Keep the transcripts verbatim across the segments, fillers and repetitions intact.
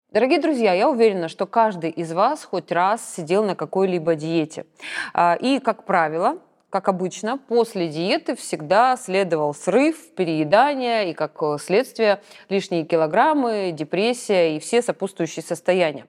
Дорогие друзья, я уверена, что каждый из вас хоть раз сидел на какой-либо диете. А, И, как правило, как обычно, после диеты всегда следовал срыв, переедание и, как э, следствие, лишние килограммы, депрессия и все сопутствующие состояния.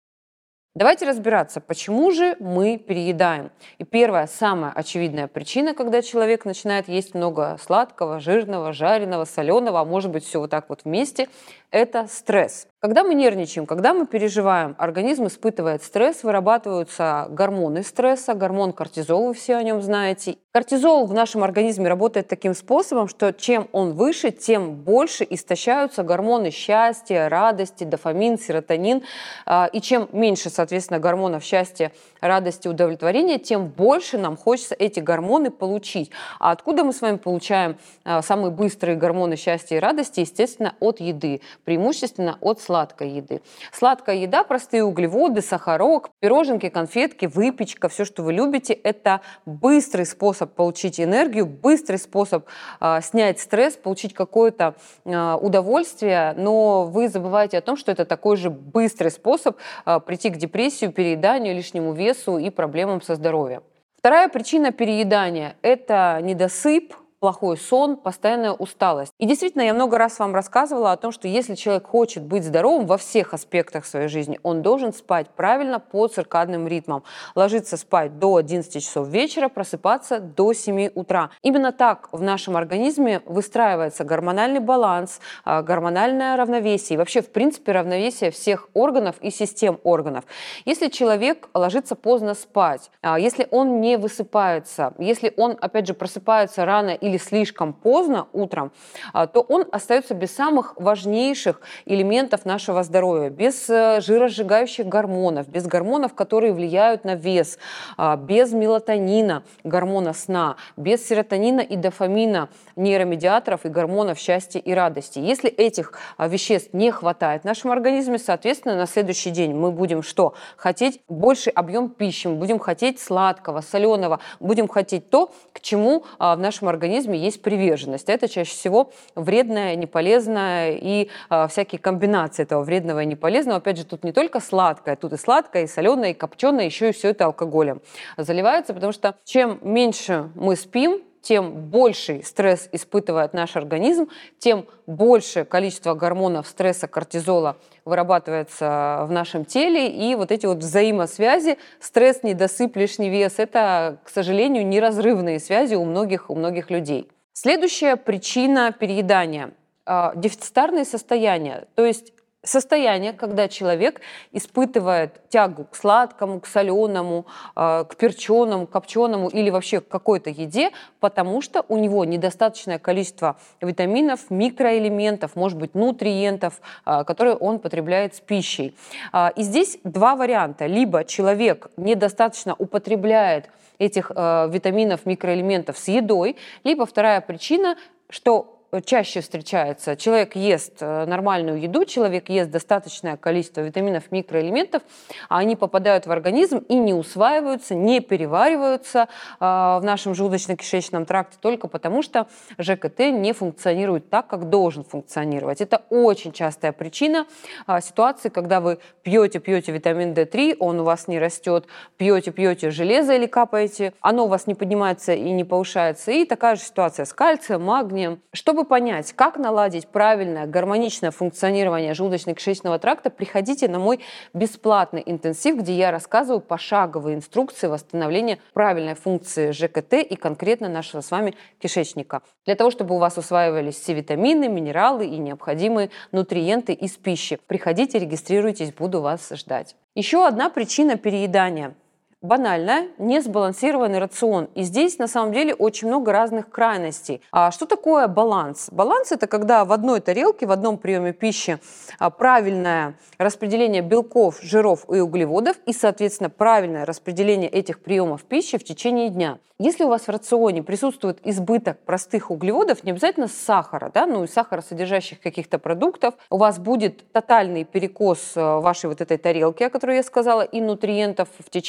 Давайте разбираться, почему же мы переедаем. И первая, самая очевидная причина, когда человек начинает есть много сладкого, жирного, жареного, соленого, а может быть все вот так вот вместе, это стресс. Когда мы нервничаем, когда мы переживаем, организм испытывает стресс, вырабатываются гормоны стресса, гормон кортизол, вы все о нем знаете. Кортизол в нашем организме работает таким способом, что чем он выше, тем больше истощаются гормоны счастья, радости, дофамин, серотонин. А, И чем меньше, соответственно, гормонов счастья, радости, удовлетворения, тем больше нам хочется эти гормоны получить. А откуда мы с вами получаем а, самые быстрые гормоны счастья и радости? Естественно, от еды, преимущественно от сладкой еды. Сладкая еда, простые углеводы, сахарок, пироженки, конфетки, выпечка, все, что вы любите, это быстрый способ получить энергию, быстрый способ а, снять стресс, получить какое-то а, удовольствие, но вы забываете о том, что это такой же быстрый способ а, прийти к депрессии, перееданию, лишнему весу и проблемам со здоровьем. Вторая причина переедания – это недосып, плохой сон, постоянная усталость. И действительно, я много раз вам рассказывала о том, что если человек хочет быть здоровым во всех аспектах своей жизни, он должен спать правильно по циркадным ритмам. Ложиться спать до одиннадцати часов вечера, просыпаться до семи утра. Именно так в нашем организме выстраивается гормональный баланс, а, гормональное равновесие и вообще, в принципе, равновесие всех органов и систем органов. Если человек ложится поздно спать, а, если он не высыпается, если он, опять же, просыпается рано или слишком поздно утром, а, то он остается без самых важнейших элементов нашего здоровья, без э, жиросжигающих гормонов, без гормонов, которые влияют на вес, а, без мелатонина, гормона сна, без серотонина и дофамина, нейромедиаторов и гормонов счастья и радости. Если этих а, веществ не хватает в нашем организме, соответственно, на следующий день мы будем что? Хотеть больший объем пищи, мы будем хотеть сладкого, соленого, будем хотеть то, к чему а, в нашем организме есть приверженность. Это чаще всего вредное, неполезное и а, всякие комбинации этого вредного и неполезного. Опять же, тут не только сладкое, тут и сладкое, и соленое, и копченое, еще и все это алкоголем заливается, потому что чем меньше мы спим, тем больший стресс испытывает наш организм, тем большее количество гормонов стресса, кортизола вырабатывается в нашем теле, и вот эти вот взаимосвязи, стресс, недосып, лишний вес, это, к сожалению, неразрывные связи у многих, у многих людей. Следующая причина переедания – дефицитарные состояния, то есть состояние, когда человек испытывает тягу к сладкому, к соленому, к перченому, копченому или вообще к какой-то еде, потому что у него недостаточное количество витаминов, микроэлементов, может быть, нутриентов, которые он потребляет с пищей. И здесь два варианта. Либо человек недостаточно употребляет этих витаминов, микроэлементов с едой, либо вторая причина, что чаще встречается. Человек ест нормальную еду, человек ест достаточное количество витаминов, микроэлементов, а они попадают в организм и не усваиваются, не перевариваются э, в нашем желудочно-кишечном тракте только потому, что ЖКТ не функционирует так, как должен функционировать. Это очень частая причина э, ситуации, когда вы пьете-пьете витамин дэ три, он у вас не растет, пьете-пьете железо или капаете, оно у вас не поднимается и не повышается. И такая же ситуация с кальцием, магнием. Чтобы понять, как наладить правильное, гармоничное функционирование желудочно-кишечного тракта, приходите на мой бесплатный интенсив, где я рассказываю пошаговые инструкции восстановления правильной функции ЖКТ и конкретно нашего с вами кишечника. Для того, чтобы у вас усваивались все витамины, минералы и необходимые нутриенты из пищи. Приходите, регистрируйтесь, буду вас ждать. Еще одна причина переедания. Банально, несбалансированный рацион. И здесь на самом деле очень много разных крайностей. А что такое баланс? Баланс – это когда в одной тарелке, в одном приеме пищи правильное распределение белков, жиров и углеводов и, соответственно, правильное распределение этих приемов пищи в течение дня. Если у вас в рационе присутствует избыток простых углеводов, не обязательно сахара, да, ну и сахаросодержащих каких-то продуктов, у вас будет тотальный перекос вашей вот этой тарелки, о которой я сказала, и нутриентов в течение дня.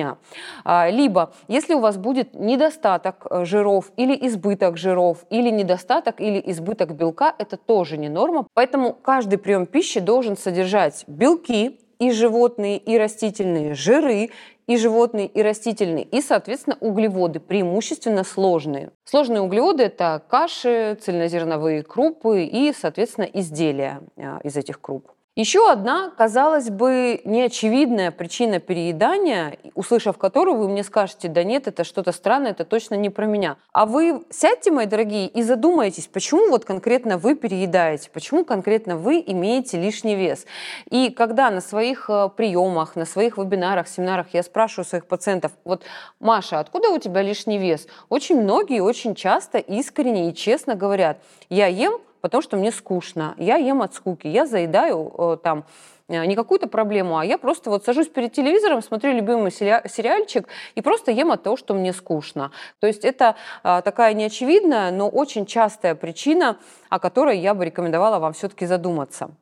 дня. Либо, если у вас будет недостаток жиров или избыток жиров, или недостаток или избыток белка, это тоже не норма. Поэтому каждый прием пищи должен содержать белки, и животные, и растительные, жиры, и животные, и растительные, и, соответственно, углеводы, преимущественно сложные. Сложные углеводы – это каши, цельнозерновые крупы и, соответственно, изделия из этих круп. Еще одна, казалось бы, неочевидная причина переедания, услышав которую, вы мне скажете: да нет, это что-то странное, это точно не про меня. А вы сядьте, мои дорогие, и задумайтесь, почему вот конкретно вы переедаете, почему конкретно вы имеете лишний вес. И когда на своих приемах, на своих вебинарах, семинарах я спрашиваю своих пациентов: вот, Маша, откуда у тебя лишний вес? Очень многие очень часто искренне и честно говорят: я ем, потому что мне скучно, я ем от скуки, я заедаю э, там э, не какую-то проблему, а я просто вот сажусь перед телевизором, смотрю любимый сериа- сериальчик и просто ем от того, что мне скучно. То есть это э, такая неочевидная, но очень частая причина, о которой я бы рекомендовала вам все-таки задуматься.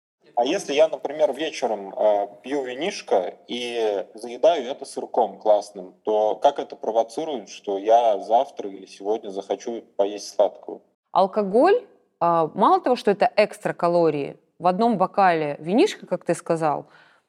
А если я, например, вечером э, пью винишко и заедаю это сырком классным, то как это провоцирует, что я завтра или сегодня захочу поесть сладкого? Алкоголь, мало того, что это экстра калории, в одном бокале винишка, как ты сказал,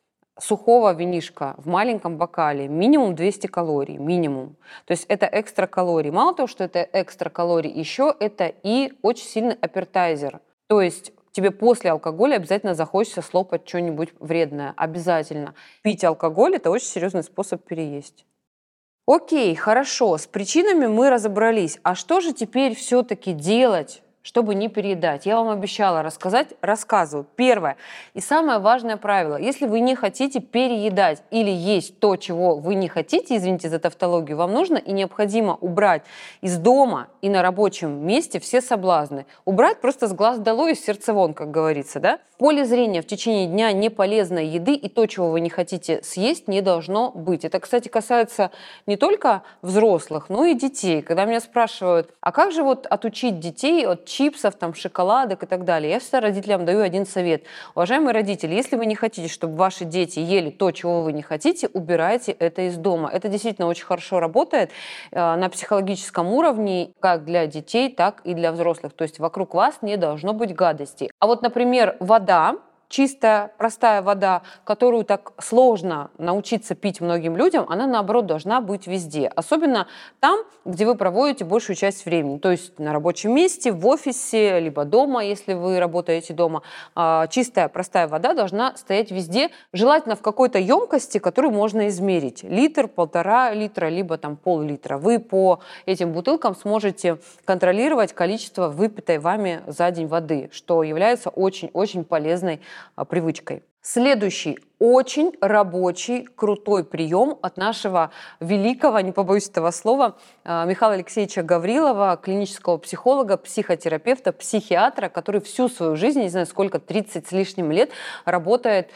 сухого винишка в маленьком бокале минимум двести калорий, минимум. То есть это экстра калорий. Мало того, что это экстра калорий, еще это и очень сильный аппетайзер. То есть тебе после алкоголя обязательно захочется слопать что-нибудь вредное. Обязательно. Пить алкоголь – это очень серьезный способ переесть. Окей, хорошо, с причинами мы разобрались. А что же теперь все-таки делать, чтобы не переедать? Я вам обещала рассказать, рассказываю. Первое и самое важное правило. Если вы не хотите переедать или есть то, чего вы не хотите, извините за тавтологию, вам нужно и необходимо убрать из дома и на рабочем месте все соблазны. Убрать просто с глаз долой и с сердца вон, как говорится, да? В поле зрения в течение дня неполезной еды и то, чего вы не хотите съесть, не должно быть. Это, кстати, касается не только взрослых, но и детей. Когда меня спрашивают: а как же вот отучить детей от чипсов, там, шоколадок и так далее, я всегда родителям даю один совет. Уважаемые родители, если вы не хотите, чтобы ваши дети ели то, чего вы не хотите, убирайте это из дома. Это действительно очень хорошо работает э, на психологическом уровне, как для детей, так и для взрослых. То есть вокруг вас не должно быть гадостей. А вот, например, вода, чистая, простая вода, которую так сложно научиться пить многим людям, она, наоборот, должна быть везде. Особенно там, где вы проводите большую часть времени. То есть на рабочем месте, в офисе, либо дома, если вы работаете дома. Чистая, простая вода должна стоять везде, желательно в какой-то емкости, которую можно измерить. Литр, полтора литра, либо там пол-литра. Вы по этим бутылкам сможете контролировать количество выпитой вами за день воды, что является очень-очень полезной привычкой. Следующий очень рабочий, крутой прием от нашего великого, не побоюсь этого слова, Михаила Алексеевича Гаврилова, клинического психолога, психотерапевта, психиатра, который всю свою жизнь, не знаю сколько, тридцать с лишним лет, работает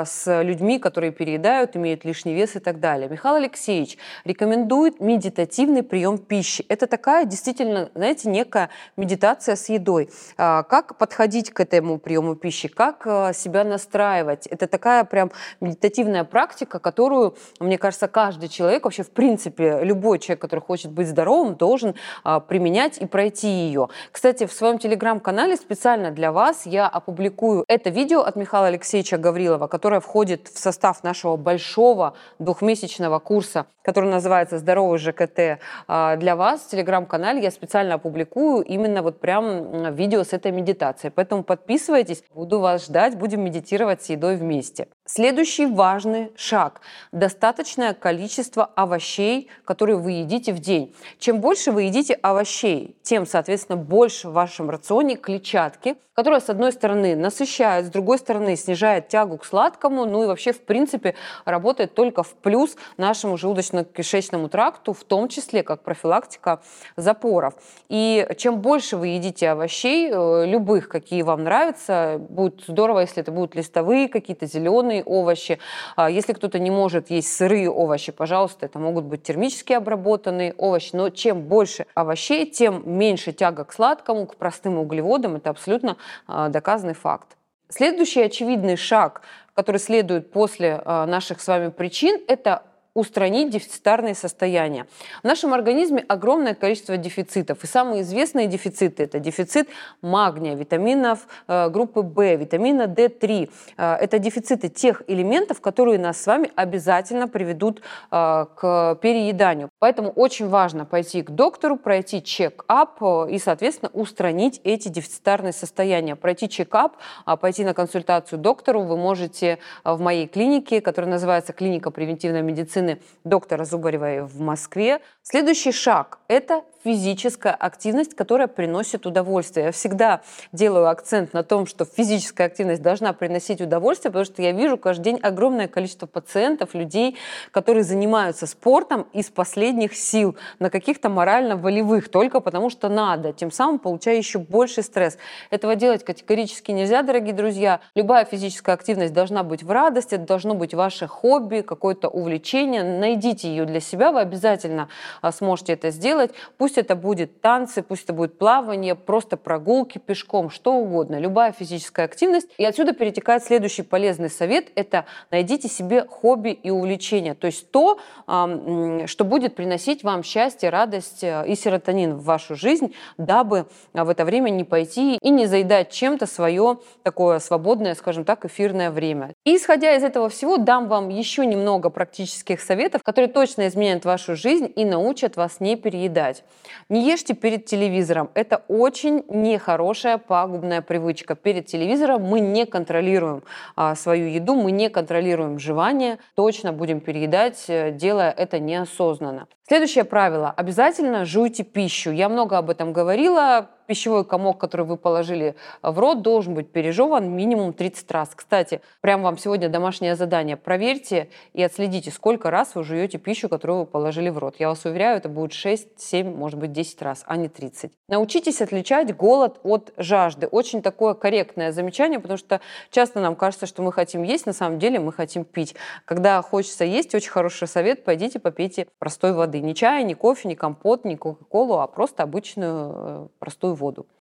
с людьми, которые переедают, имеют лишний вес и так далее. Михаил Алексеевич рекомендует медитативный прием пищи. Это такая действительно, знаете, некая медитация с едой. Как подходить к этому приему пищи, как себя настраивать. Это такая прям медитативная практика, которую, мне кажется, каждый человек, вообще в принципе любой человек, который хочет быть здоровым, должен а, применять и пройти ее. Кстати, в своем телеграм-канале специально для вас я опубликую это видео от Михаила Алексеевича Гаврилова, которое входит в состав нашего большого двухмесячного курса, который называется «Здоровый ЖКТ». А, для вас в телеграм-канале я специально опубликую именно вот прям видео с этой медитацией. Поэтому подписывайтесь, буду вас ждать, будем медитировать с едой вместе. Следующий важный шаг – достаточное количество овощей, которые вы едите в день. Чем больше вы едите овощей, тем, соответственно, больше в вашем рационе клетчатки, которая, с одной стороны, насыщает, с другой стороны, снижает тягу к сладкому, ну и вообще, в принципе, работает только в плюс нашему желудочно-кишечному тракту, в том числе как профилактика запоров. И чем больше вы едите овощей, любых, какие вам нравятся, будет здорово, если это будут листовые, какие-то зеленые овощи. Если кто-то не может есть сырые овощи, пожалуйста, это могут быть термически обработанные овощи. Но чем больше овощей, тем меньше тяга к сладкому, к простым углеводам. Это абсолютно доказанный факт. Следующий очевидный шаг, который следует после наших с вами причин, это устранить дефицитарные состояния. В нашем организме огромное количество дефицитов. И самые известные дефициты – это дефицит магния, витаминов э, группы В, витамина дэ три. Э, это дефициты тех элементов, которые нас с вами обязательно приведут э, к перееданию. Поэтому очень важно пойти к доктору, пройти чек-ап э, и, соответственно, устранить эти дефицитарные состояния. Пройти чек-ап, э, пойти на консультацию к доктору вы можете э, в моей клинике, которая называется «Клиника превентивной медицины» доктора Зубаревой в Москве. Следующий шаг – это физическая активность, которая приносит удовольствие. Я всегда делаю акцент на том, что физическая активность должна приносить удовольствие, потому что я вижу каждый день огромное количество пациентов, людей, которые занимаются спортом из последних сил, на каких-то морально-волевых, только потому что надо, тем самым получая еще больше стресс. Этого делать категорически нельзя, дорогие друзья. Любая физическая активность должна быть в радости, это должно быть ваше хобби, какое-то увлечение. Найдите ее для себя, вы обязательно сможете это сделать. Пусть это будет танцы, пусть это будет плавание, просто прогулки пешком, что угодно, любая физическая активность. И отсюда перетекает следующий полезный совет – это найдите себе хобби и увлечение, то есть то, что будет приносить вам счастье, радость и серотонин в вашу жизнь, дабы в это время не пойти и не заедать чем-то свое такое свободное, скажем так, эфирное время. И исходя из этого всего, дам вам еще немного практических советов, которые точно изменят вашу жизнь и научат вас не переедать. Не ешьте перед телевизором. Это очень нехорошая, пагубная привычка. Перед телевизором мы не контролируем а, свою еду, мы не контролируем жевание. Точно будем переедать, делая это неосознанно. Следующее правило. Обязательно жуйте пищу. Я много об этом говорила. Пищевой комок, который вы положили в рот, должен быть пережеван минимум тридцать раз. Кстати, прям вам сегодня домашнее задание. Проверьте и отследите, сколько раз вы жуете пищу, которую вы положили в рот. Я вас уверяю, это будет шесть, семь, может быть, десять раз, а не тридцать. Научитесь отличать голод от жажды. Очень такое корректное замечание, потому что часто нам кажется, что мы хотим есть, на самом деле мы хотим пить. Когда хочется есть, очень хороший совет, пойдите попейте простой воды. Ни чая, ни кофе, ни компот, ни кока-колу, а просто обычную простую воду.